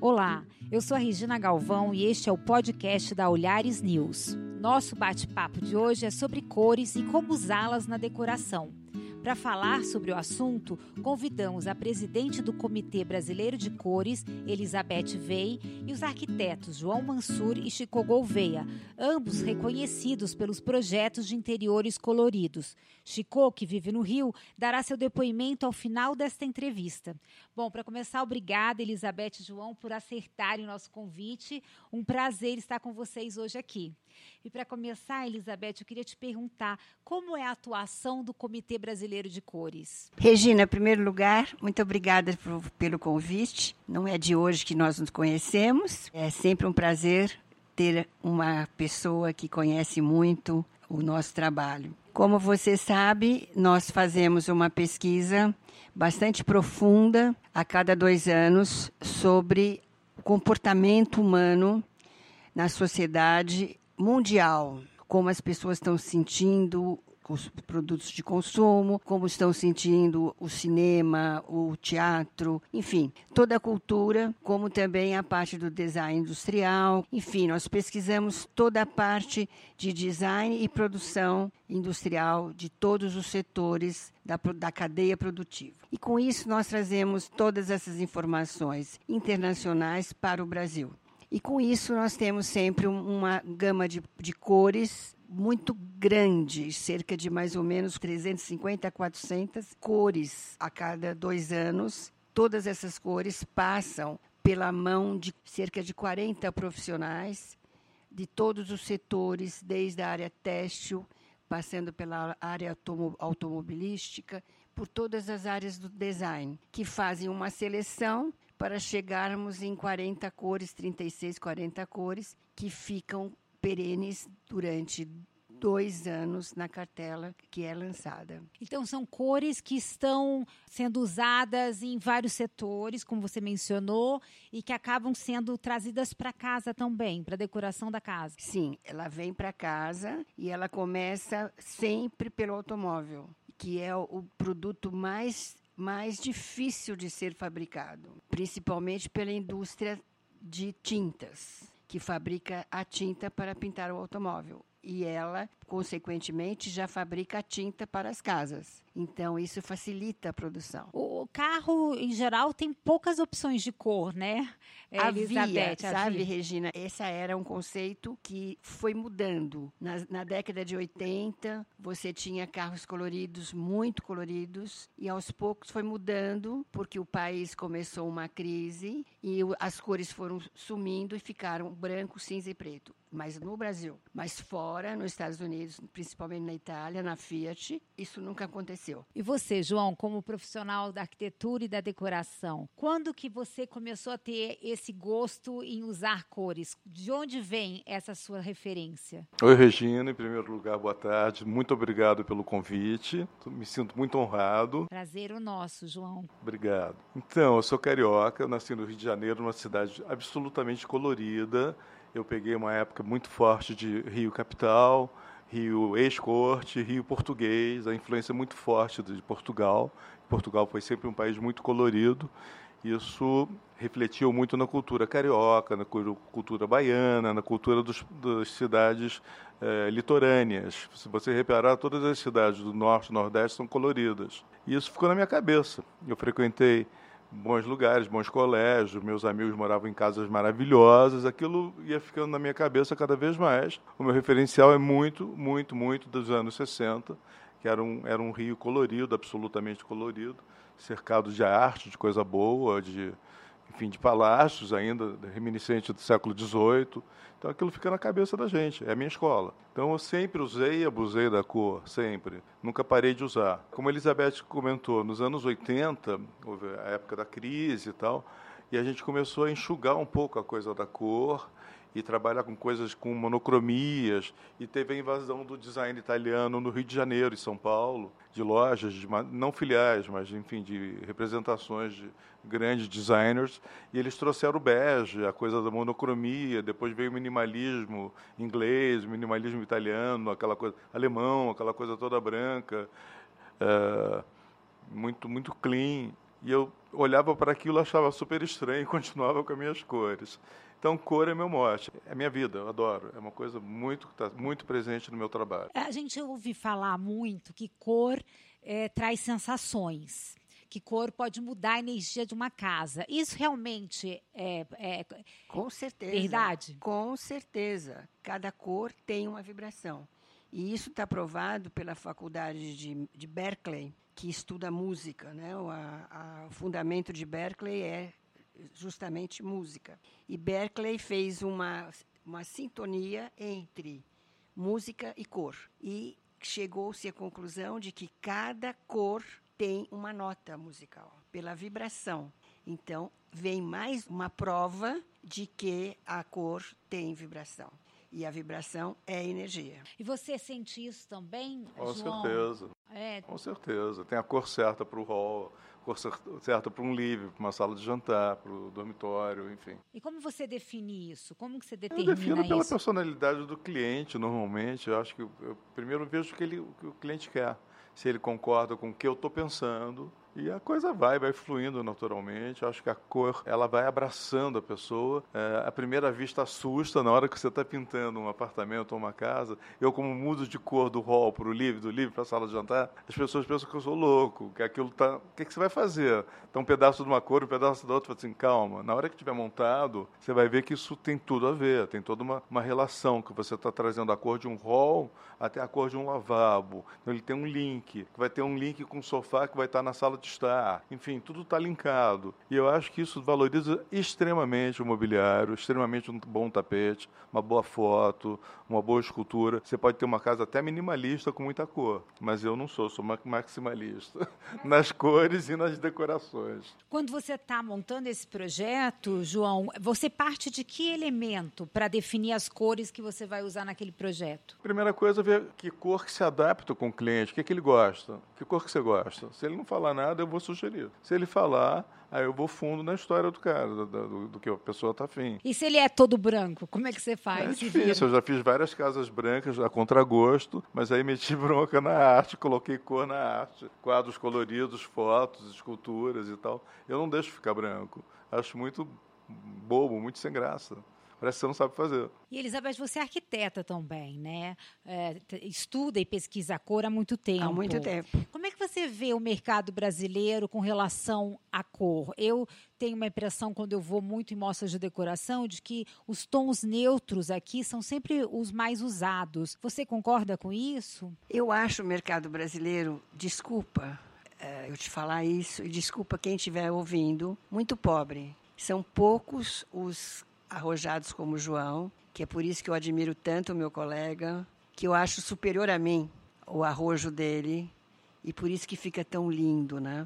Olá, eu sou a Regina Galvão e este é o podcast da Olhares News. Nosso bate-papo de hoje é sobre cores e como usá-las na decoração. Para falar sobre o assunto, convidamos a presidente do Comitê Brasileiro de Cores, Elizabeth Vey, e os arquitetos João Mansur e Chico Gouveia, ambos reconhecidos pelos projetos de interiores coloridos. Chico, que vive no Rio, dará seu depoimento ao final desta entrevista. Bom, para começar, obrigada, Elizabeth e João, por acertarem o nosso convite. Um prazer estar com vocês hoje aqui. E para começar, Elizabeth, eu queria te perguntar como é a atuação do Comitê Brasileiro de Cores? Regina, em primeiro lugar, muito obrigada pelo convite. Não é de hoje que nós nos conhecemos. É sempre um prazer ter uma pessoa que conhece muito o nosso trabalho. Como você sabe, nós fazemos uma pesquisa bastante profunda a cada 2 anos sobre o comportamento humano na sociedade mundial, como as pessoas estão se sentindo com os produtos de consumo, como estão sentindo o cinema, o teatro, enfim, toda a cultura, como também a parte do design industrial. Enfim, nós pesquisamos toda a parte de design e produção industrial de todos os setores da cadeia produtiva. E com isso nós trazemos todas essas informações internacionais para o Brasil. E com isso nós temos sempre uma gama de cores muito grande, cerca de mais ou menos 350 a 400 cores a cada 2 anos. Todas essas cores passam pela mão de cerca de 40 profissionais de todos os setores, desde a área têxtil, passando pela área automobilística, por todas as áreas do design, que fazem uma seleção para chegarmos em 40 cores, 36, 40 cores, que ficam perenes durante 2 anos na cartela que é lançada. Então, são cores que estão sendo usadas em vários setores, como você mencionou, e que acabam sendo trazidas para casa também, para a decoração da casa. Sim, ela vem para casa e ela começa sempre pelo automóvel, que é o produto mais difícil de ser fabricado, principalmente pela indústria de tintas, que fabrica a tinta para pintar o automóvel. E ela, consequentemente, já fabrica a tinta para as casas. Então, isso facilita a produção. O carro, em geral, tem poucas opções de cor, né, Elizabeth? Sabe, Regina, esse era um conceito que foi mudando. Na década de 80, você tinha carros coloridos, muito coloridos, e aos poucos foi mudando, porque o país começou uma crise e as cores foram sumindo e ficaram branco, cinza e preto. Mas no Brasil, mas fora, nos Estados Unidos, principalmente na Itália, na Fiat, isso nunca aconteceu. E você, João, como profissional da arquitetura e da decoração, quando que você começou a ter esse gosto em usar cores? De onde vem essa sua referência? Oi, Regina. Em primeiro lugar, boa tarde. Muito obrigado pelo convite. Me sinto muito honrado. Prazer o nosso, João. Obrigado. Então, eu sou carioca, eu nasci no Rio de Janeiro, numa cidade absolutamente colorida. Eu peguei uma época muito forte de Rio Capital, Rio Ex-Corte, Rio Português, a influência muito forte de Portugal. Portugal foi sempre um país muito colorido. Isso refletiu muito na cultura carioca, na cultura baiana, na cultura das cidades litorâneas. Se você reparar, todas as cidades do Norte e Nordeste são coloridas. E isso ficou na minha cabeça. Eu frequentei bons lugares, bons colégios, meus amigos moravam em casas maravilhosas, aquilo ia ficando na minha cabeça cada vez mais. O meu referencial é muito, muito, muito dos anos 60, que era um Rio colorido, absolutamente colorido, cercado de arte, de coisa boa, de palácios ainda, reminiscente do século XVIII. Então aquilo fica na cabeça da gente, é a minha escola. Então eu sempre usei e abusei da cor, sempre. Nunca parei de usar. Como a Elizabeth comentou, nos anos 80, houve a época da crise e tal, e a gente começou a enxugar um pouco a coisa da cor e trabalhar com coisas com monocromias, e teve a invasão do design italiano no Rio de Janeiro e São Paulo, de lojas, não filiais, mas enfim, de representações de grandes designers, e eles trouxeram o bege, a coisa da monocromia, depois veio o minimalismo inglês, o minimalismo italiano, aquela coisa alemão, aquela coisa toda branca, muito, muito clean. E eu olhava para aquilo, achava super estranho e continuava com as minhas cores. Então, cor é meu mote, é minha vida, eu adoro. É uma coisa que está muito presente no meu trabalho. A gente ouve falar muito que cor traz sensações, que cor pode mudar a energia de uma casa. Isso realmente é Com certeza. verdade? Com certeza. Cada cor tem uma vibração. E isso está provado pela faculdade de Berkeley, que estuda música, né? O fundamento de Berkeley é justamente música. E Berkeley fez uma sintonia entre música e cor. E chegou-se à conclusão de que cada cor tem uma nota musical, pela vibração. Então, vem mais uma prova de que a cor tem vibração. E a vibração é energia. E você sente isso também, Com João? certeza. Com certeza. Tem a cor certa para o hall, a cor certa para um living, para uma sala de jantar, para o dormitório, enfim. E como você define isso? Como que você Eu determina defino pela isso? personalidade do cliente, normalmente. Eu acho que eu primeiro vejo o que o cliente quer. Se ele concorda com o que eu estou pensando. E a coisa vai fluindo naturalmente. Eu acho que a cor, ela vai abraçando a pessoa. À primeira vista assusta na hora que você está pintando um apartamento ou uma casa. Eu, como mudo de cor do hall para o livro, do livro para a sala de jantar, as pessoas pensam que eu sou louco, que aquilo tá... O que você vai fazer? Tá um pedaço de uma cor, um pedaço da outra. Fala assim, calma. Na hora que estiver montado, você vai ver que isso tem tudo a ver. Tem toda uma relação que você está trazendo a cor de um hall até a cor de um lavabo. Então, ele tem um link, que vai ter um link com o sofá que vai estar na sala de estar. Enfim, tudo está linkado. E eu acho que isso valoriza extremamente o mobiliário, extremamente um bom tapete, uma boa foto, uma boa escultura. Você pode ter uma casa até minimalista com muita cor, mas eu não sou maximalista nas cores e nas decorações. Quando você está montando esse projeto, João, você parte de que elemento para definir as cores que você vai usar naquele projeto? Primeira coisa é ver que cor que se adapta com o cliente, o que ele gosta, que cor que você gosta. Se ele não falar nada, eu vou sugerir. Se ele falar, aí eu vou fundo na história do cara, do que a pessoa está afim. E se ele é todo branco, como é que você faz? É difícil, eu já fiz várias casas brancas a contragosto, mas aí meti bronca na arte, coloquei cor na arte. Quadros coloridos, fotos, esculturas e tal. Eu não deixo ficar branco. Acho muito bobo, muito sem graça. Parece que você não sabe fazer. E, Elizabeth, você é arquiteta também, né? Estuda e pesquisa a cor há muito tempo. Há muito tempo. Como é que você vê o mercado brasileiro com relação à cor? Eu tenho uma impressão, quando eu vou muito em mostras de decoração, de que os tons neutros aqui são sempre os mais usados. Você concorda com isso? Eu acho o mercado brasileiro, desculpa eu te falar isso, e desculpa quem estiver ouvindo, muito pobre. São poucos os arrojados como o João, que é por isso que eu admiro tanto o meu colega, que eu acho superior a mim o arrojo dele, e por isso que fica tão lindo, né?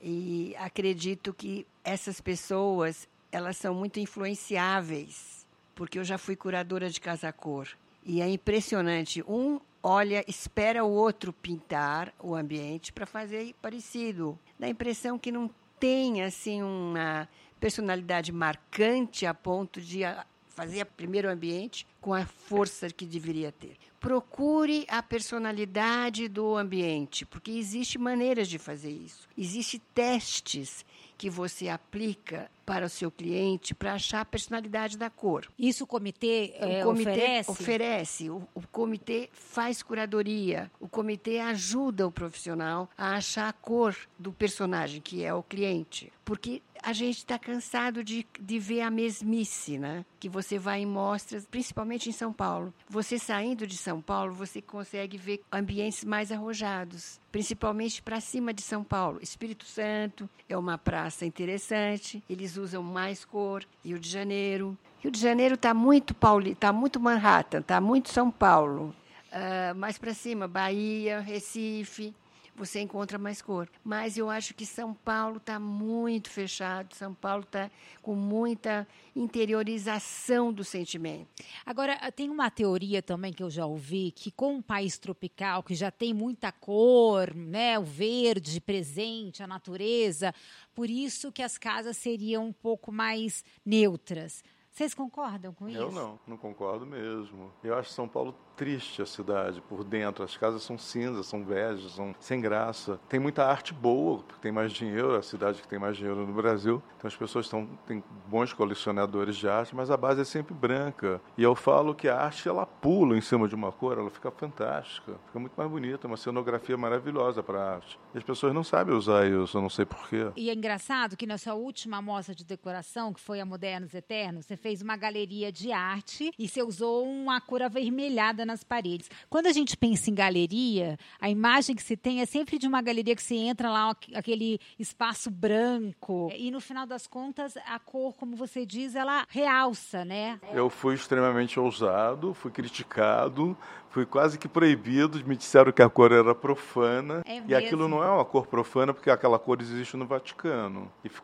E acredito que essas pessoas, elas são muito influenciáveis, porque eu já fui curadora de casa-cor, e é impressionante, um olha, espera o outro pintar o ambiente para fazer parecido. Dá a impressão que não tem assim uma personalidade marcante a ponto de fazer primeiro o ambiente com a força que deveria ter. Procure a personalidade do ambiente, porque existem maneiras de fazer isso. Existem testes que você aplica para o seu cliente para achar a personalidade da cor. Isso o comitê, oferece. O comitê faz curadoria. O comitê ajuda o profissional a achar a cor do personagem, que é o cliente. Porque a gente está cansado de ver a mesmice, né? Que você vai em mostras, principalmente em São Paulo. Você saindo de São Paulo, você consegue ver ambientes mais arrojados, principalmente para cima de São Paulo. Espírito Santo é uma praça interessante, eles usam mais cor. Rio de Janeiro está muito Manhattan, está muito São Paulo. Mais para cima, Bahia, Recife, você encontra mais cor. Mas eu acho que São Paulo está muito fechado, São Paulo está com muita interiorização do sentimento. Agora, tem uma teoria também que eu já ouvi, que com um país tropical, que já tem muita cor, né, o verde presente, a natureza, por isso que as casas seriam um pouco mais neutras. Vocês concordam com isso? Eu não concordo mesmo. Eu acho que São Paulo triste a cidade por dentro. As casas são cinzas, são velhas, são sem graça. Tem muita arte boa, porque tem mais dinheiro, a cidade que tem mais dinheiro no Brasil. Então as pessoas têm bons colecionadores de arte, mas a base é sempre branca. E eu falo que a arte, ela pula em cima de uma cor, ela fica fantástica, fica muito mais bonita, uma cenografia maravilhosa para a arte. E as pessoas não sabem usar isso, eu não sei porquê. E é engraçado que na sua última mostra de decoração, que foi a Modernos Eternos, você fez uma galeria de arte e você usou uma cor avermelhada nas paredes. Quando a gente pensa em galeria, a imagem que se tem é sempre de uma galeria que você entra lá, aquele espaço branco, e no final das contas, a cor, como você diz, ela realça, né? Eu fui extremamente ousado, fui criticado, fui quase que proibido, me disseram que a cor era profana, e aquilo não é uma cor profana, porque aquela cor existe no Vaticano. E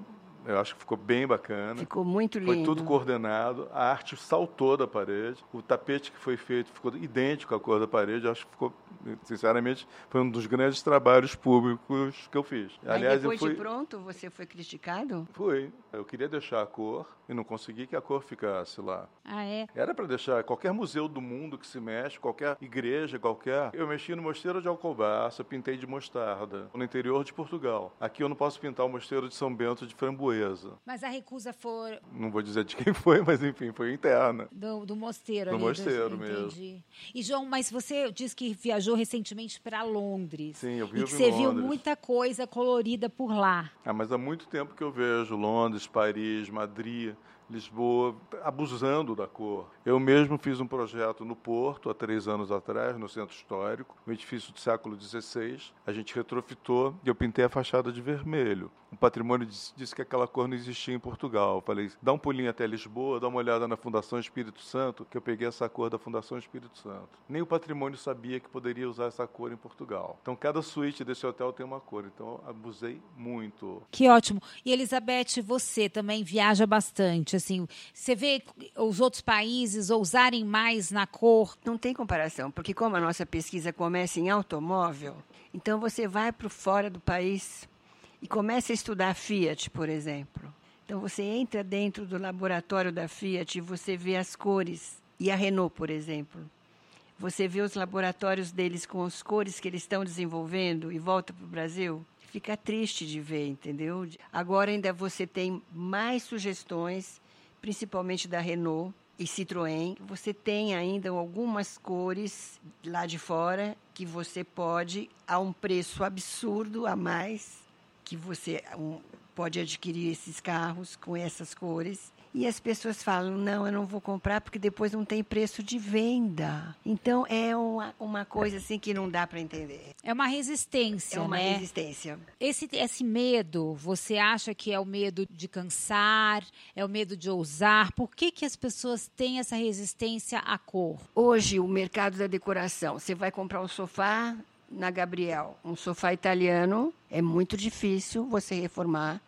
eu acho que ficou bem bacana. Ficou muito lindo. Foi tudo coordenado, a arte saltou da parede, o tapete que foi feito ficou idêntico à cor da parede, eu acho que ficou, sinceramente, foi um dos grandes trabalhos públicos que eu fiz. Mas aliás, depois de pronto, você foi criticado? Fui. Eu queria deixar a cor e não consegui que a cor ficasse lá. Ah, é? Era para deixar qualquer museu do mundo que se mexe, qualquer igreja, qualquer... Eu mexi no Mosteiro de Alcobaça, pintei de mostarda, no interior de Portugal. Aqui eu não posso pintar o Mosteiro de São Bento de framboesa. Mas a recusa foi... Não vou dizer de quem foi, mas enfim, foi interna. Do mosteiro. Do ali, mosteiro mesmo. Entendi. E, João, mas você disse que viajou recentemente para Londres. Sim, eu vivo em Londres. E que você viu muita coisa colorida por lá. Mas há muito tempo que eu vejo Londres, Paris, Madrid, Lisboa, abusando da cor. Eu mesmo fiz um projeto no Porto, há 3 anos atrás, no Centro Histórico, um edifício do século XVI. A gente retrofitou e eu pintei a fachada de vermelho. O patrimônio disse que aquela cor não existia em Portugal. Eu falei, dá um pulinho até Lisboa, dá uma olhada na Fundação Espírito Santo, que eu peguei essa cor da Fundação Espírito Santo. Nem o patrimônio sabia que poderia usar essa cor em Portugal. Então, cada suíte desse hotel tem uma cor. Então, eu abusei muito. Que ótimo. E, Elizabeth, você também viaja bastante. Assim, você vê os outros países ousarem mais na cor? Não tem comparação, porque como a nossa pesquisa começa em automóvel, então você vai para fora do país e começa a estudar a Fiat, por exemplo. Então você entra dentro do laboratório da Fiat e você vê as cores. E a Renault, por exemplo. Você vê os laboratórios deles com as cores que eles estão desenvolvendo e volta para o Brasil. Fica triste de ver, entendeu? Agora ainda você tem mais sugestões, principalmente da Renault e Citroën. Você tem ainda algumas cores lá de fora que você pode, a um preço absurdo a mais, que você pode adquirir esses carros com essas cores. E as pessoas falam, não, eu não vou comprar porque depois não tem preço de venda. Então, é uma coisa assim que não dá para entender. É uma resistência, né? É uma né? resistência. Esse medo, você acha que é o medo de cansar, é o medo de ousar? Por que as pessoas têm essa resistência à cor? Hoje, o mercado da decoração, você vai comprar um sofá na Gabriel, um sofá italiano, é muito difícil você reformar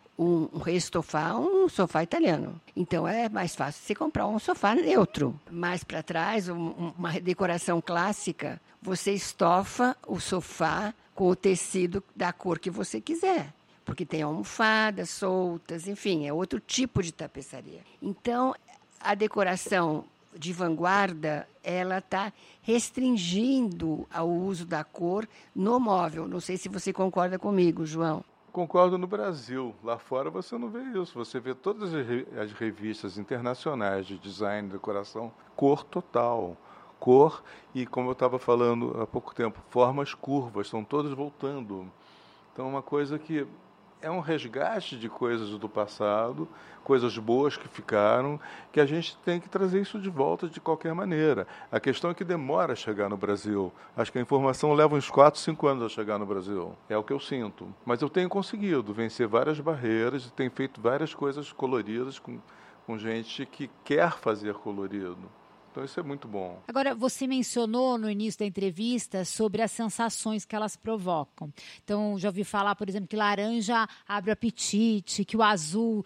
restofar um sofá italiano. Então, é mais fácil você comprar um sofá neutro. Mais para trás, uma decoração clássica, você estofa o sofá com o tecido da cor que você quiser. Porque tem almofadas soltas, enfim, é outro tipo de tapeçaria. Então, a decoração de vanguarda, ela está restringindo o uso da cor no móvel. Não sei se você concorda comigo, João. Concordo no Brasil. Lá fora você não vê isso. Você vê todas as revistas internacionais de design e decoração, cor total. Cor e, como eu estava falando há pouco tempo, formas curvas, estão todas voltando. Então, é uma coisa que é um resgate de coisas do passado, coisas boas que ficaram, que a gente tem que trazer isso de volta de qualquer maneira. A questão é que demora a chegar no Brasil. Acho que a informação leva uns 4, 5 anos a chegar no Brasil. É o que eu sinto. Mas eu tenho conseguido vencer várias barreiras e tenho feito várias coisas coloridas com gente que quer fazer colorido. Então, isso é muito bom. Agora, você mencionou no início da entrevista sobre as sensações que elas provocam. Então, já ouvi falar, por exemplo, que laranja abre o apetite, que o azul,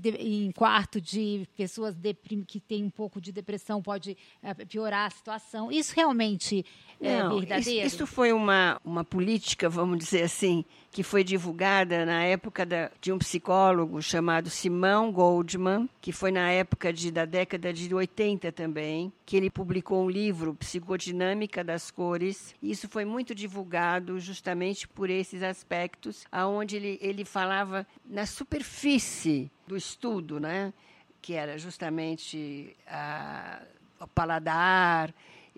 em quarto de pessoas que têm um pouco de depressão, pode piorar a situação. Isso realmente é verdadeiro? Isso foi uma política, vamos dizer assim, que foi divulgada na época de um psicólogo chamado Simão Goldman, que foi na época da década de 80 também. que ele publicou um livro, Psicodinâmica das Cores. Isso foi muito divulgado justamente por esses aspectos, onde ele falava na superfície do estudo, né? Que era justamente o paladar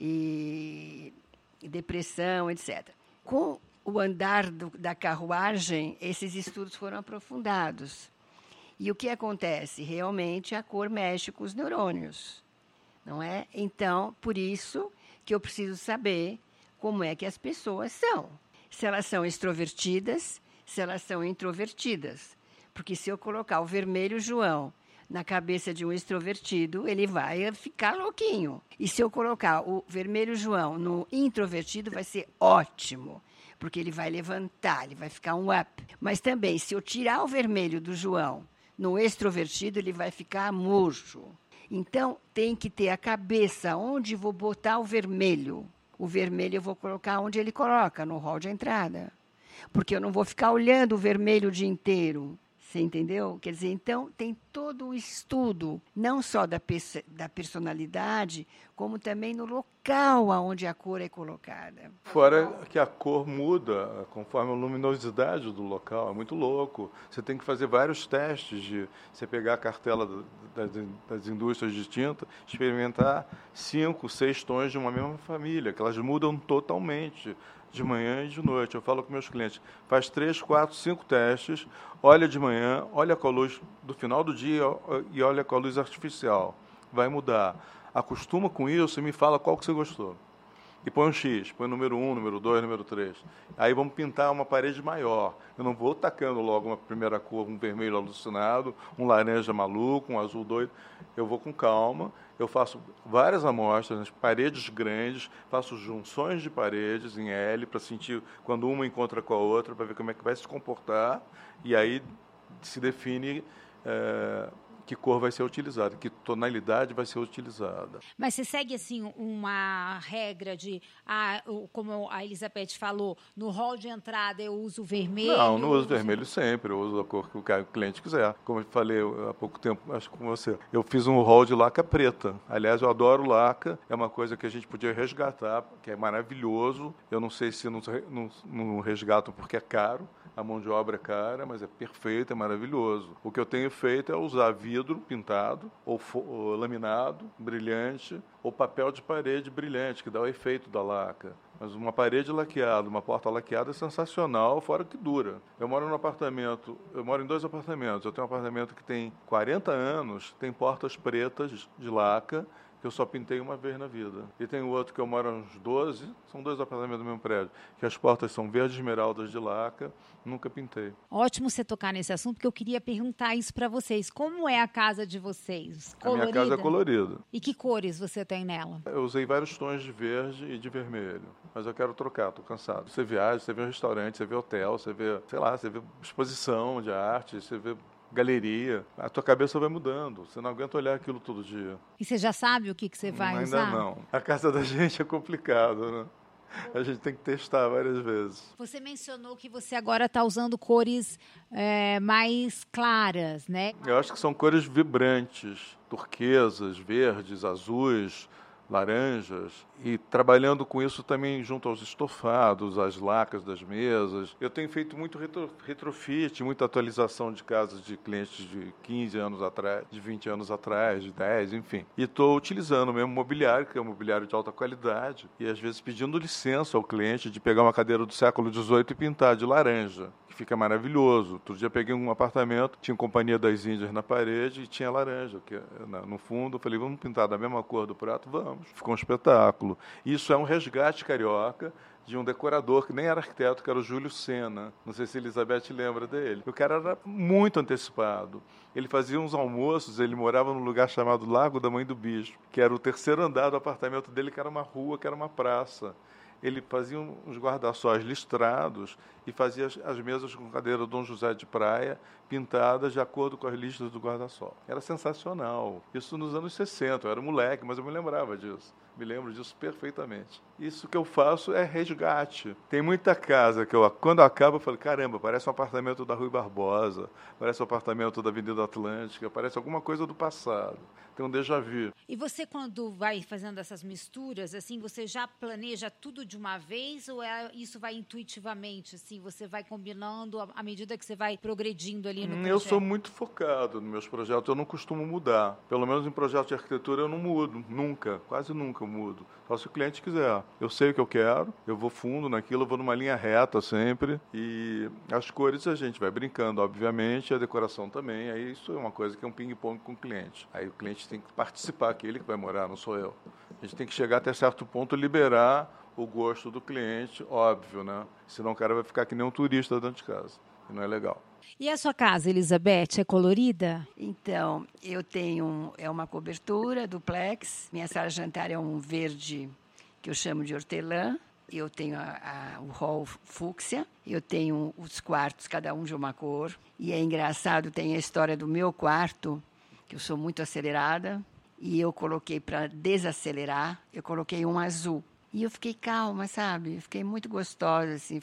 e depressão, etc. Com o andar da carruagem, esses estudos foram aprofundados. E o que acontece? Realmente a cor mexe com os neurônios, não é? Então, por isso que eu preciso saber como é que as pessoas são. Se elas são extrovertidas, se elas são introvertidas. Porque se eu colocar o vermelho João na cabeça de um extrovertido, ele vai ficar louquinho. E se eu colocar o vermelho João no introvertido, vai ser ótimo, porque ele vai levantar, ele vai ficar um up. Mas também, se eu tirar o vermelho do João no extrovertido, ele vai ficar murcho. Então, tem que ter a cabeça onde vou botar o vermelho. O vermelho eu vou colocar onde ele coloca, no hall de entrada. Porque eu não vou ficar olhando o vermelho o dia inteiro. Você entendeu? Quer dizer, então, tem todo o estudo, não só da personalidade, como também no local onde a cor é colocada. Fora que a cor muda conforme a luminosidade do local, é muito louco. Você tem que fazer vários testes de você pegar a cartela das indústrias de tinta, experimentar 5, 6 tons de uma mesma família, que elas mudam totalmente, de manhã e de noite. Eu falo com meus clientes, faz 3, 4, 5 testes, olha de manhã, olha com a luz do final do dia e olha com a luz artificial. Vai mudar. Acostuma com isso e me fala qual que você gostou. E põe um X, põe o número 1, número 2, número 3. Aí vamos pintar uma parede maior. Eu não vou tacando logo uma primeira cor, um vermelho alucinado, um laranja maluco, um azul doido. Eu vou com calma, eu faço várias amostras, paredes grandes, faço junções de paredes em L para sentir quando uma encontra com a outra, para ver como é que vai se comportar. E aí se define que cor vai ser utilizada, que tonalidade vai ser utilizada. Mas você segue, assim, uma regra de, como a Elizabeth falou, no hall de entrada eu uso vermelho? Não uso vermelho sempre, eu uso a cor que o cliente quiser. Como eu falei há pouco tempo, acho que com você, eu fiz um hall de laca preta. Aliás, eu adoro laca, é uma coisa que a gente podia resgatar, que é maravilhoso. Eu não sei se não resgatam porque é caro, a mão de obra é cara, mas é perfeito, é maravilhoso. O que eu tenho feito é usar vidro pintado, ou laminado, brilhante, ou papel de parede brilhante, que dá o efeito da laca. Mas uma parede laqueada, uma porta laqueada é sensacional, fora que dura. Eu moro em 2 apartamentos. Eu tenho um apartamento que tem 40 anos, tem portas pretas de laca, que eu só pintei uma vez na vida. E tem o outro que eu moro há uns 12, são 2 apartamentos do mesmo prédio, que as portas são verdes esmeraldas de laca, nunca pintei. Ótimo você tocar nesse assunto, porque eu queria perguntar isso para vocês. Como é a casa de vocês? Colorida? A minha casa é colorida. E que cores você tem nela? Eu usei vários tons de verde e de vermelho, mas eu quero trocar, estou cansado. Você viaja, você vê um restaurante, você vê hotel, você vê, você vê exposição de arte, você vê galeria, a tua cabeça vai mudando. Você não aguenta olhar aquilo todo dia. E você já sabe o que você vai usar? Ainda não. A casa da gente é complicado, né? A gente tem que testar várias vezes. Você mencionou que você agora está usando cores mais claras, né? Eu acho que são cores vibrantes, turquesas, verdes, azuis, laranjas, e trabalhando com isso também junto aos estofados, às lacas das mesas. Eu tenho feito muito retrofit, muita atualização de casas de clientes de 15 anos atrás, de 20 anos atrás, de 10, enfim. E estou utilizando o mesmo mobiliário, que é um mobiliário de alta qualidade, e às vezes pedindo licença ao cliente de pegar uma cadeira do século XVIII e pintar de laranja, que fica maravilhoso. Outro dia peguei um apartamento, tinha Companhia das Índias na parede e tinha laranja, que no fundo. Eu falei, vamos pintar da mesma cor do prato? Vamos. Ficou um espetáculo. Isso é um resgate carioca de um decorador que nem era arquiteto, que era o Júlio Sena. Não sei se a Elizabeth lembra dele. O cara era muito antecipado. Ele fazia uns almoços, ele morava num lugar chamado Lago da Mãe do Bispo, que era o 3º andar do apartamento dele, que era uma rua, que era uma praça. Ele fazia uns guarda-sóis listrados e fazia as mesas com cadeira Dom José de Praia, pintadas de acordo com as listas do guarda-sol. Era sensacional. Isso nos anos 60, eu era moleque, mas eu me lembrava disso. Me lembro disso perfeitamente. Isso que eu faço é resgate. Tem muita casa que quando acaba, eu falo, caramba, parece um apartamento da Rui Barbosa, parece um apartamento da Avenida Atlântica, parece alguma coisa do passado. Tem um déjà vu. E você, quando vai fazendo essas misturas, assim, você já planeja tudo de uma vez ou isso vai intuitivamente, assim, você vai combinando à medida que você vai progredindo ali no projeto? Eu sou muito focado nos meus projetos, eu não costumo mudar. Pelo menos em projetos de arquitetura eu não mudo, nunca, quase nunca eu mudo. Só se o cliente quiser. Eu sei o que eu quero, eu vou fundo naquilo, eu vou numa linha reta sempre. E as cores a gente vai brincando, obviamente, a decoração também. Aí isso é uma coisa que é um ping-pong com o cliente. Aí o cliente tem que participar, aquele que vai morar, não sou eu. A gente tem que chegar até certo ponto e liberar o gosto do cliente, óbvio, né? Senão o cara vai ficar que nem um turista dentro de casa. E não é legal. E a sua casa, Elizabeth, é colorida? Então, eu tenho uma cobertura duplex. Minha sala de jantar é um verde que eu chamo de hortelã. Eu tenho o hall fúcsia. Eu tenho os quartos, cada um de uma cor. E é engraçado, tem a história do meu quarto, que eu sou muito acelerada. E eu coloquei para desacelerar, eu coloquei um azul. E eu fiquei calma, sabe? Eu fiquei muito gostosa, assim,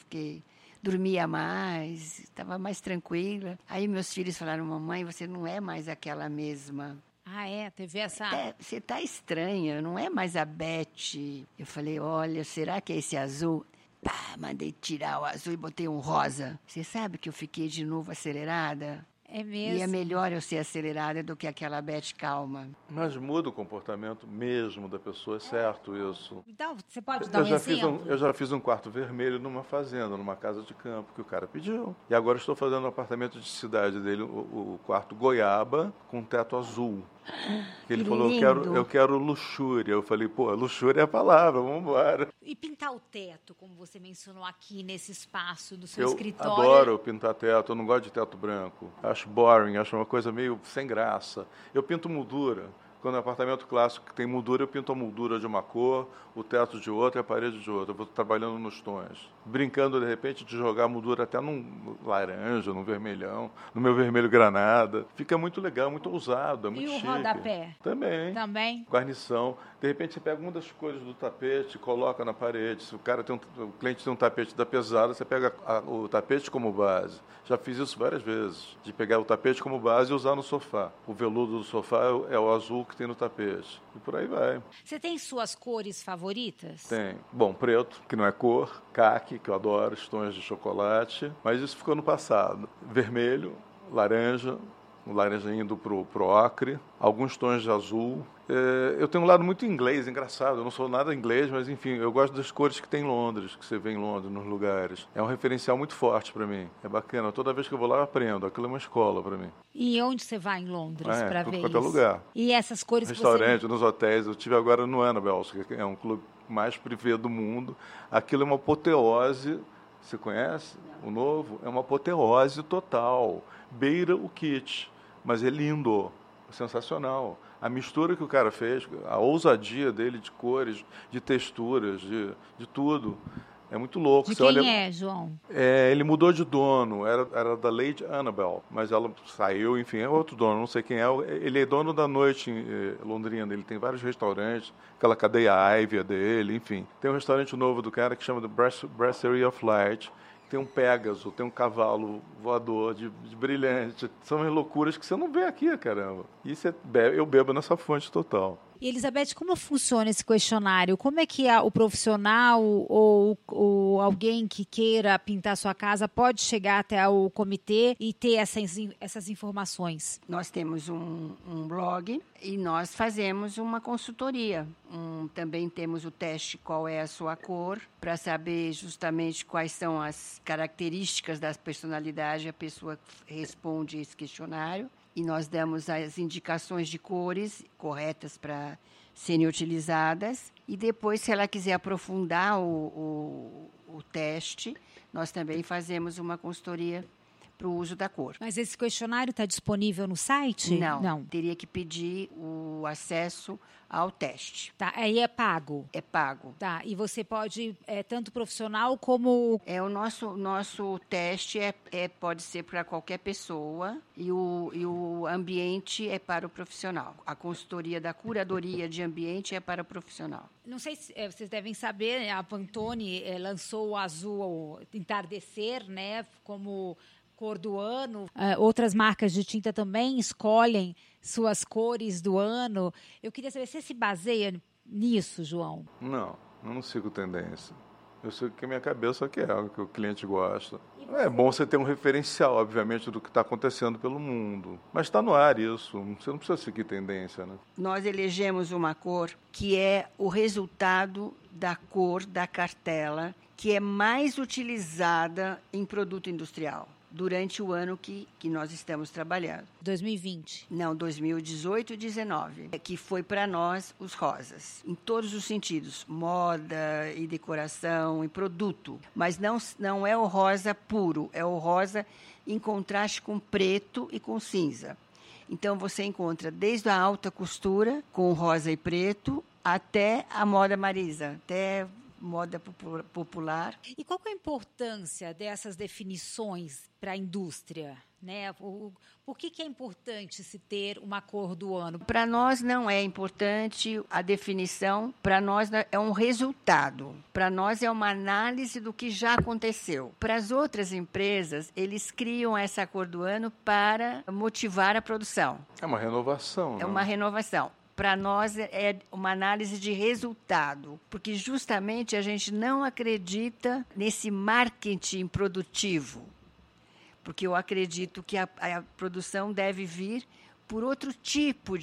dormia mais, estava mais tranquila. Aí meus filhos falaram, mamãe, você não é mais aquela mesma. Ah, é? Teve essa... Você está estranha, não é mais a Beth. Eu falei, olha, será que é esse azul? Pá, mandei tirar o azul e botei um rosa. Você sabe que eu fiquei de novo acelerada? É mesmo? E é melhor eu ser acelerada do que aquela Beth calma. Mas muda o comportamento mesmo da pessoa, é certo isso. Então, você pode dar um exemplo? Eu já fiz um quarto vermelho numa fazenda, numa casa de campo, que o cara pediu. E agora estou fazendo um apartamento de cidade dele, o quarto goiaba, com teto azul. Ele falou, eu quero luxúria. Eu falei, pô, luxúria é a palavra, vamos embora. E pintar o teto, como você mencionou aqui nesse espaço do seu escritório? Eu adoro pintar teto, eu não gosto de teto branco. Acho boring, acho uma coisa meio sem graça. Eu pinto moldura. Quando é um apartamento clássico que tem moldura, eu pinto a moldura de uma cor, o teto de outra e a parede de outra. Eu vou trabalhando nos tons. Brincando, de repente, de jogar a moldura até num laranja, num vermelhão, no meu vermelho granada. Fica muito legal, muito ousado, é muito chique. E o rodapé? Também. Guarnição. De repente, você pega uma das cores do tapete e coloca na parede. Se o cliente tem um tapete da pesada, você pega o tapete como base. Já fiz isso várias vezes, de pegar o tapete como base e usar no sofá. O veludo do sofá é o azul que tem no tapete. E por aí vai. Você tem suas cores favoritas? Tem. Bom, preto, que não é cor. Caqui, que eu adoro, os tons de chocolate. Mas isso ficou no passado. Vermelho, laranja, o laranja indo pro ocre. Alguns tons de azul. Eu tenho um lado muito inglês, engraçado. Eu não sou nada inglês, mas enfim, eu gosto das cores que tem em Londres, que você vê em Londres, nos lugares. É um referencial muito forte para mim. É bacana. Toda vez que eu vou lá, eu aprendo. Aquilo é uma escola para mim. E onde você vai em Londres para ver isso? Qualquer lugar. E essas cores Restaurante, nos hotéis. Eu estive agora no Annabelle, que é um clube mais privê do mundo. Aquilo é uma apoteose. Você conhece? O novo? É uma apoteose total. Beira o kit. Mas é lindo. Sensacional. A mistura que o cara fez, a ousadia dele de cores, de texturas, de tudo. É muito louco. De quem é, João? Ele mudou de dono, era da Lady Annabelle, mas ela saiu, enfim, é outro dono, não sei quem é. Ele é dono da noite em Londrina, ele tem vários restaurantes, aquela cadeia Ivy dele, enfim. Tem um restaurante novo do cara que chama The Brasserie of Light, tem um Pégaso, tem um cavalo voador de brilhante. São as loucuras que você não vê aqui, caramba. E eu bebo nessa fonte total. E, Elizabeth, como funciona esse questionário? Como é que o profissional ou alguém que queira pintar sua casa pode chegar até o comitê e ter essas informações? Nós temos um blog e nós fazemos uma consultoria. Também temos o teste Qual é a Sua Cor, para saber justamente quais são as características da personalidade. A pessoa responde esse questionário. E nós damos as indicações de cores corretas para serem utilizadas. E depois, se ela quiser aprofundar o teste, nós também fazemos uma consultoria para o uso da cor. Mas esse questionário está disponível no site? Não. Teria que pedir o acesso ao teste. Tá, aí é pago? É pago. Tá, e você pode, tanto profissional como... O nosso teste pode ser para qualquer pessoa e o ambiente é para o profissional. A consultoria da curadoria de ambiente é para o profissional. Não sei se vocês devem saber, né, a Pantone lançou o azul entardecer, né, como cor do ano. Outras marcas de tinta também escolhem suas cores do ano. Eu queria saber, você se baseia nisso, João? Não, eu não sigo tendência. Eu sigo o que a minha cabeça quer, o que o cliente gosta. É bom você ter um referencial, obviamente, do que está acontecendo pelo mundo. Mas está no ar isso, você não precisa seguir tendência, né? Nós elegemos uma cor que é o resultado da cor da cartela, que é mais utilizada em produto industrial durante o ano que nós estamos trabalhando. 2020? Não, 2018 e 2019, que foi para nós os rosas, em todos os sentidos, moda e decoração e produto. Mas não é o rosa puro, é o rosa em contraste com preto e com cinza. Então, você encontra desde a alta costura, com rosa e preto, até a moda Marisa, até moda popular. E qual que é a importância dessas definições para a indústria, né? Por que é importante se ter uma cor do ano? Para nós não é importante a definição, para nós é um resultado, para nós é uma análise do que já aconteceu. Para as outras empresas, eles criam essa cor do ano para motivar a produção. É uma renovação, né? É uma renovação. Para nós é uma análise de resultado, porque justamente a gente não acredita nesse marketing produtivo, porque eu acredito que a produção deve vir por outro tipo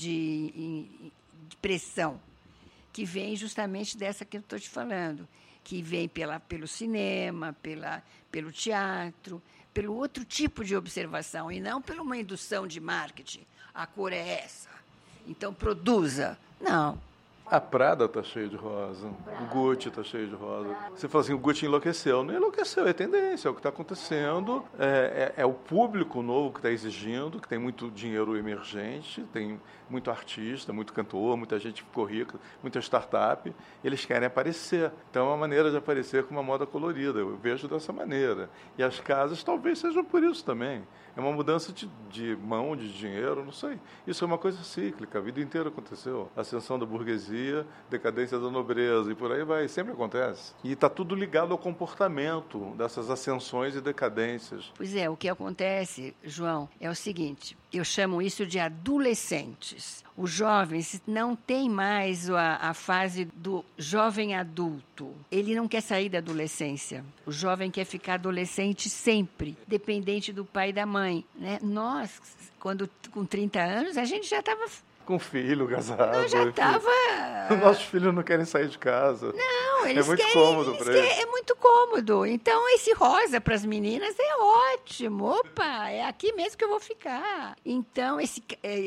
de pressão, que vem justamente dessa que eu estou te falando, que vem pelo cinema, pelo teatro, pelo outro tipo de observação, e não por uma indução de marketing. A cor é essa. Então, produza. Não. A Prada está cheia de rosa, o Gucci está cheio de rosa. Você fala assim, o Gucci enlouqueceu. Não enlouqueceu, é tendência, é o que está acontecendo. É o público novo que está exigindo, que tem muito dinheiro emergente, tem muito artista, muito cantor, muita gente que ficou rica, muita startup. Eles querem aparecer. Então, é uma maneira de aparecer com uma moda colorida. Eu vejo dessa maneira. E as casas talvez sejam por isso também. É uma mudança de mão, de dinheiro, não sei. Isso é uma coisa cíclica, a vida inteira aconteceu. Ascensão da burguesia, decadência da nobreza e por aí vai, sempre acontece. E está tudo ligado ao comportamento dessas ascensões e decadências. Pois é, o que acontece, João, é o seguinte, eu chamo isso de adolescentes. Os jovens não têm mais a fase do jovem adulto. Ele não quer sair da adolescência. O jovem quer ficar adolescente sempre, dependente do pai e da mãe, né? Nós, quando com 30 anos, a gente já estava... Com filho, casado. Eu já estava... Nossos filhos não querem sair de casa. Não, eles muito querem... cômodo para eles. É muito cômodo. Então, esse rosa para as meninas é ótimo. Opa, é aqui mesmo que eu vou ficar. Então, esse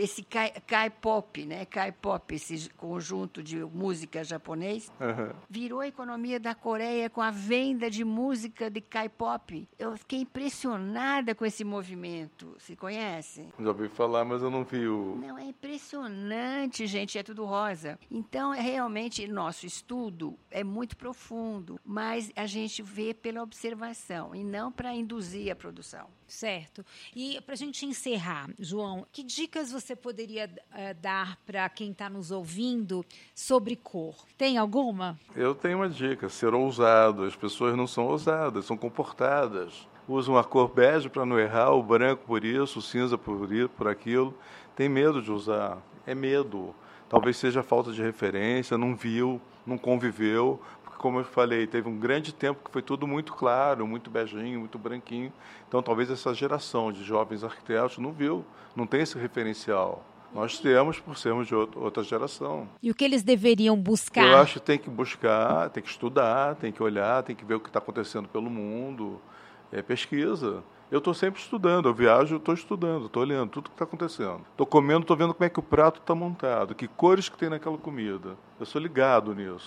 K-pop, né? K-pop, esse conjunto de música japonês, virou a economia da Coreia com a venda de música de K-pop. Eu fiquei impressionada com esse movimento. Você conhece? Já ouvi falar, mas eu não vi o... Não, é impressionante, gente, é tudo rosa. Então, realmente, nosso estudo é muito profundo, mas a gente vê pela observação e não para induzir a produção. Certo. E para a gente encerrar, João, que dicas você poderia dar para quem está nos ouvindo sobre cor? Tem alguma? Eu tenho uma dica, ser ousado. As pessoas não são ousadas, são comportadas. Usam a cor bege para não errar, o branco por isso, o cinza por aquilo. Tem medo de usar, é medo. Talvez seja falta de referência, não viu, não conviveu, porque, como eu falei, teve um grande tempo que foi tudo muito claro, muito beijinho, muito branquinho. Então, talvez essa geração de jovens arquitetos não viu, não tem esse referencial. Nós temos, por sermos de outra geração. E o que eles deveriam buscar? Eu acho que tem que buscar, tem que estudar, tem que olhar, tem que ver o que está acontecendo pelo mundo. Pesquisa. Eu estou sempre estudando, eu viajo, estou estudando, estou olhando tudo que está acontecendo. Estou comendo, estou vendo como é que o prato está montado, que cores que tem naquela comida. Eu sou ligado nisso.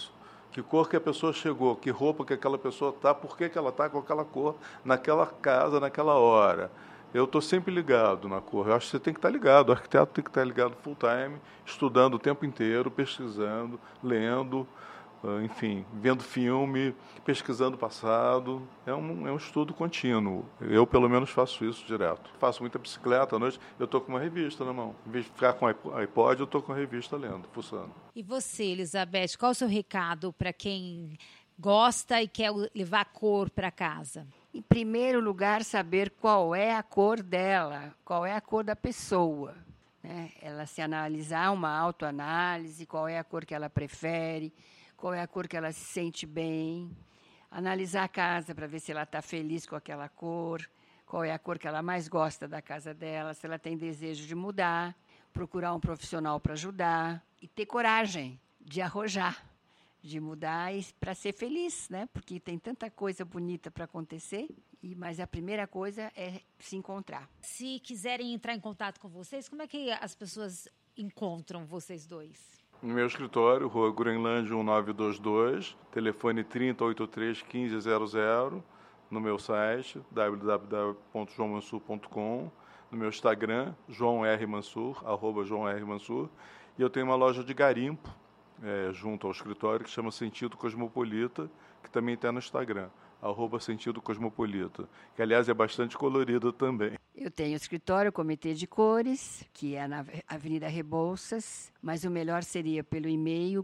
Que cor que a pessoa chegou, que roupa que aquela pessoa está, por que ela está com aquela cor naquela casa, naquela hora. Eu estou sempre ligado na cor. Eu acho que você tem que estar ligado, o arquiteto tem que estar ligado full time, estudando o tempo inteiro, pesquisando, lendo, enfim, vendo filme, pesquisando o passado. É um estudo contínuo. Eu, pelo menos, faço isso direto. Faço muita bicicleta à noite, eu estou com uma revista na mão. Em vez de ficar com iPod, eu estou com a revista lendo, fuçando. E você, Elizabeth, qual é o seu recado para quem gosta e quer levar cor para casa? Em primeiro lugar, saber qual é a cor dela, qual é a cor da pessoa, né? Ela se analisar, uma autoanálise, qual é a cor que ela prefere, qual é a cor que ela se sente bem, analisar a casa para ver se ela está feliz com aquela cor, qual é a cor que ela mais gosta da casa dela, se ela tem desejo de mudar, procurar um profissional para ajudar e ter coragem de arrojar, de mudar para ser feliz, né? Porque tem tanta coisa bonita para acontecer, mas a primeira coisa é se encontrar. Se quiserem entrar em contato com vocês, como é que as pessoas encontram vocês dois? No meu escritório, Rua Groenlândia 1922, telefone 3083-1500, no meu site, www.joamansur.com, no meu Instagram, João R. Mansur, @JoãoRMansur, e eu tenho uma loja de garimpo, junto ao escritório, que chama Sentido Cosmopolita, que também está no Instagram, @Sentido Cosmopolita, que, aliás, é bastante colorido também. Eu tenho o escritório Comitê de Cores, que é na Avenida Rebouças, mas o melhor seria pelo e-mail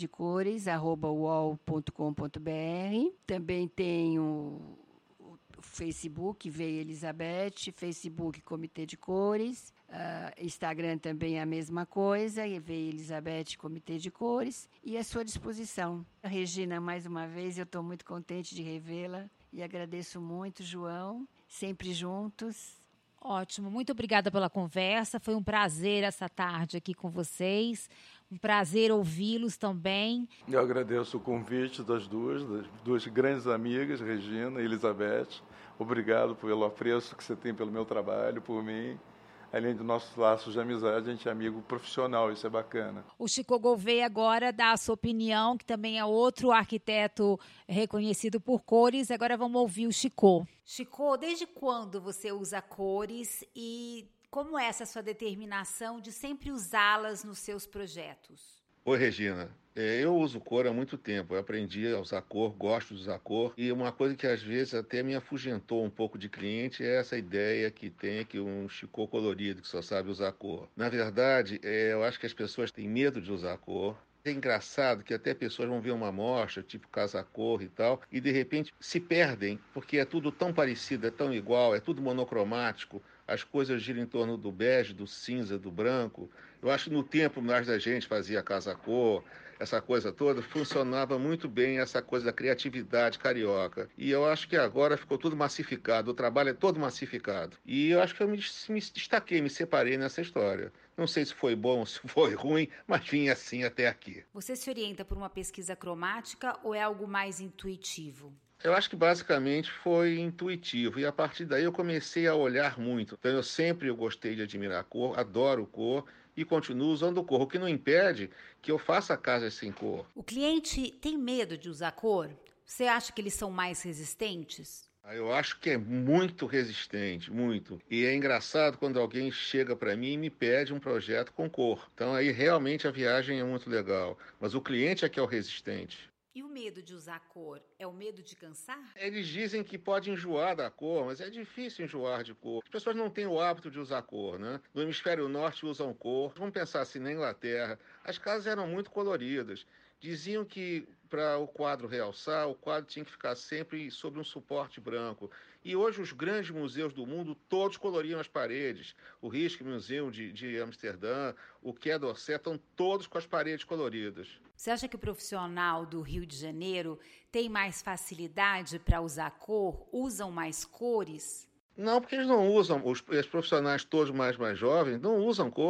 comitedecores@uol.com.br. Também tenho o Facebook, Veia Elizabeth, Facebook Comitê de Cores, Instagram também é a mesma coisa, Veia Elizabeth Comitê de Cores, e à sua disposição. A Regina, mais uma vez, eu estou muito contente de revê-la e agradeço muito, João, sempre juntos. Ótimo, muito obrigada pela conversa, foi um prazer essa tarde aqui com vocês, um prazer ouvi-los também. Eu agradeço o convite das duas grandes amigas, Regina e Elizabeth. Obrigado pelo apreço que você tem pelo meu trabalho, por mim. Além dos nossos laços de amizade, a gente é amigo profissional, isso é bacana. O Chico Gouveia agora dá a sua opinião, que também é outro arquiteto reconhecido por cores. Agora vamos ouvir o Chico. Chico, desde quando você usa cores e como é essa sua determinação de sempre usá-las nos seus projetos? Oi, Regina. Eu uso cor há muito tempo. Eu aprendi a usar cor, gosto de usar cor. E uma coisa que às vezes até me afugentou um pouco de cliente é essa ideia que tem que um Chico colorido, que só sabe usar cor. Na verdade, eu acho que as pessoas têm medo de usar cor. É engraçado que até pessoas vão ver uma amostra, tipo casa-cor e tal, e de repente se perdem, porque é tudo tão parecido, é tão igual, é tudo monocromático. As coisas giram em torno do bege, do cinza, do branco. Eu acho que no tempo mais da gente fazia casa-cor, essa coisa toda, funcionava muito bem essa coisa da criatividade carioca. E eu acho que agora ficou tudo massificado, o trabalho é todo massificado. E eu acho que eu me destaquei, me separei nessa história. Não sei se foi bom, se foi ruim, mas vim assim até aqui. Você se orienta por uma pesquisa cromática ou é algo mais intuitivo? Eu acho que basicamente foi intuitivo e a partir daí eu comecei a olhar muito. Então eu gostei de admirar a cor, adoro cor e continuo usando cor, o que não impede que eu faça casas sem cor. O cliente tem medo de usar cor? Você acha que eles são mais resistentes? Eu acho que é muito resistente, muito. E é engraçado quando alguém chega para mim e me pede um projeto com cor. Então aí realmente a viagem é muito legal. Mas o cliente é que é o resistente. E o medo de usar cor? É o medo de cansar? Eles dizem que pode enjoar da cor, mas é difícil enjoar de cor. As pessoas não têm o hábito de usar cor, né? No hemisfério norte usam cor. Vamos pensar assim, na Inglaterra, as casas eram muito coloridas. Diziam que para o quadro realçar, o quadro tinha que ficar sempre sobre um suporte branco. E hoje os grandes museus do mundo todos coloriam as paredes. O Rijksmuseum de Amsterdã, o Quai d'Orsay, estão todos com as paredes coloridas. Você acha que o profissional do Rio de Janeiro tem mais facilidade para usar cor? Usam mais cores? Não, porque eles não usam, os profissionais todos mais jovens não usam cor.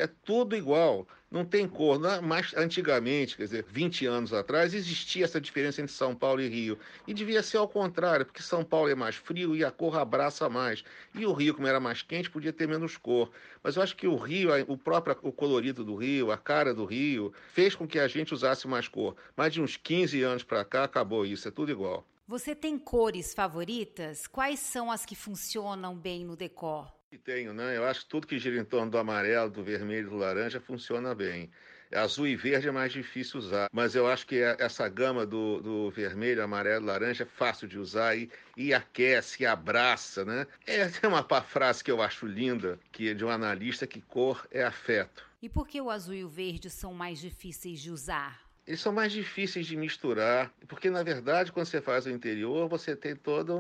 É tudo igual, não tem cor. Mas antigamente, quer dizer, 20 anos atrás, existia essa diferença entre São Paulo e Rio. E devia ser ao contrário, porque São Paulo é mais frio e a cor abraça mais. E o Rio, como era mais quente, podia ter menos cor. Mas eu acho que o Rio, o colorido do Rio, a cara do Rio, fez com que a gente usasse mais cor. Mas de uns 15 anos para cá, acabou isso, é tudo igual. Você tem cores favoritas? Quais são as que funcionam bem no decor? Tenho, né? Eu acho que tudo que gira em torno do amarelo, do vermelho e do laranja funciona bem. Azul e verde é mais difícil usar, mas eu acho que essa gama do vermelho, amarelo, laranja é fácil de usar e aquece, e abraça, né? Tem uma frase que eu acho linda, que é de um analista, que cor é afeto. E por que o azul e o verde são mais difíceis de usar? Eles são mais difíceis de misturar, porque, na verdade, quando você faz o interior, você tem toda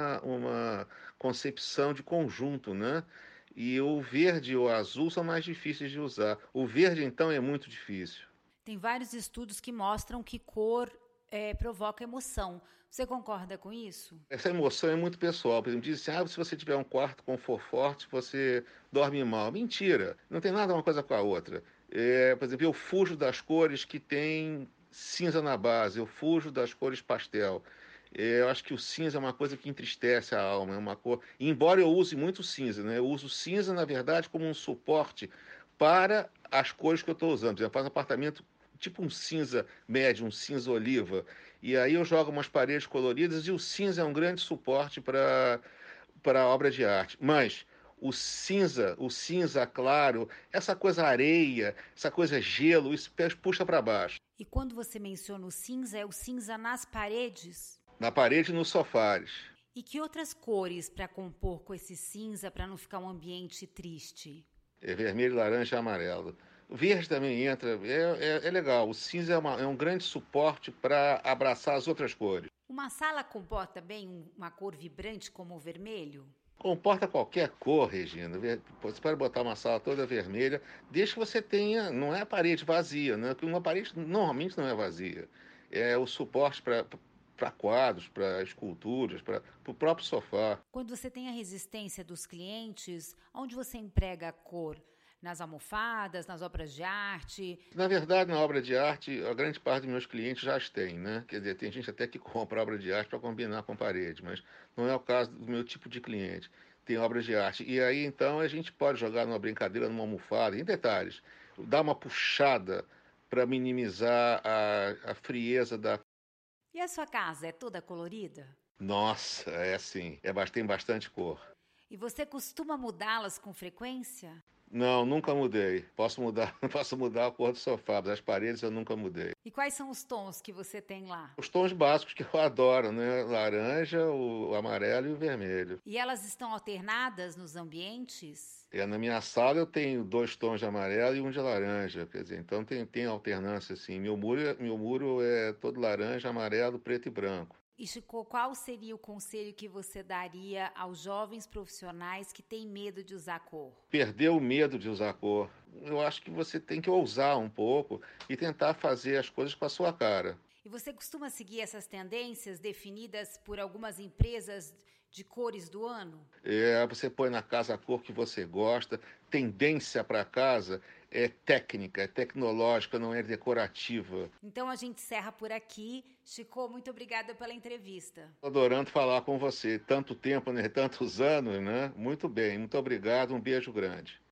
uma concepção de conjunto, né? E o verde e o azul são mais difíceis de usar. O verde, então, é muito difícil. Tem vários estudos que mostram que cor provoca emoção. Você concorda com isso? Essa emoção é muito pessoal. Por exemplo, dizem assim, se você tiver um quarto com for forte, você dorme mal. Mentira, não tem nada uma coisa com a outra. Por exemplo, eu fujo das cores que tem cinza na base, eu fujo das cores pastel. Eu acho que o cinza é uma coisa que entristece a alma, é uma cor. Embora eu use muito cinza, né? Eu uso cinza, na verdade, como um suporte para as cores que eu estou usando. Por exemplo, eu faço um apartamento tipo um cinza médio, um cinza oliva. E aí eu jogo umas paredes coloridas e o cinza é um grande suporte para a obra de arte. Mas o cinza claro, essa coisa areia, essa coisa gelo, isso puxa para baixo. E quando você menciona o cinza, é o cinza nas paredes? Na parede e nos sofás. E que outras cores para compor com esse cinza para não ficar um ambiente triste? É vermelho, laranja e amarelo. O verde também entra, é legal. O cinza é um grande suporte para abraçar as outras cores. Uma sala comporta bem uma cor vibrante como o vermelho? Comporta qualquer cor, Regina. Você pode botar uma sala toda vermelha, desde que você tenha, não é a parede vazia, né? Porque uma parede normalmente não é vazia. É o suporte para quadros, para esculturas, para o próprio sofá. Quando você tem a resistência dos clientes, onde você emprega a cor? Nas almofadas, nas obras de arte? Na verdade, na obra de arte, a grande parte dos meus clientes já as tem, né? Quer dizer, tem gente até que compra obra de arte para combinar com parede, mas não é o caso do meu tipo de cliente. Tem obras de arte. E aí, então, a gente pode jogar numa brincadeira, numa almofada, em detalhes, dar uma puxada para minimizar a frieza da... E a sua casa é toda colorida? Nossa, é assim, tem bastante cor. E você costuma mudá-las com frequência? Não, nunca mudei. Posso mudar a cor do sofá, mas as paredes eu nunca mudei. E quais são os tons que você tem lá? Os tons básicos que eu adoro, né? Laranja, o amarelo e o vermelho. E elas estão alternadas nos ambientes? Na minha sala eu tenho 2 tons de amarelo e um de laranja, quer dizer, então tem alternância assim. Meu muro é todo laranja, amarelo, preto e branco. E Chico, qual seria o conselho que você daria aos jovens profissionais que têm medo de usar cor? Perder o medo de usar cor. Eu acho que você tem que ousar um pouco e tentar fazer as coisas com a sua cara. E você costuma seguir essas tendências definidas por algumas empresas de cores do ano? Você põe na casa a cor que você gosta. Tendência para casa é técnica, é tecnológica, não é decorativa. Então a gente encerra por aqui. Chico, muito obrigada pela entrevista. Estou adorando falar com você. Tanto tempo, né? Tantos anos, né? Muito bem, muito obrigado, um beijo grande.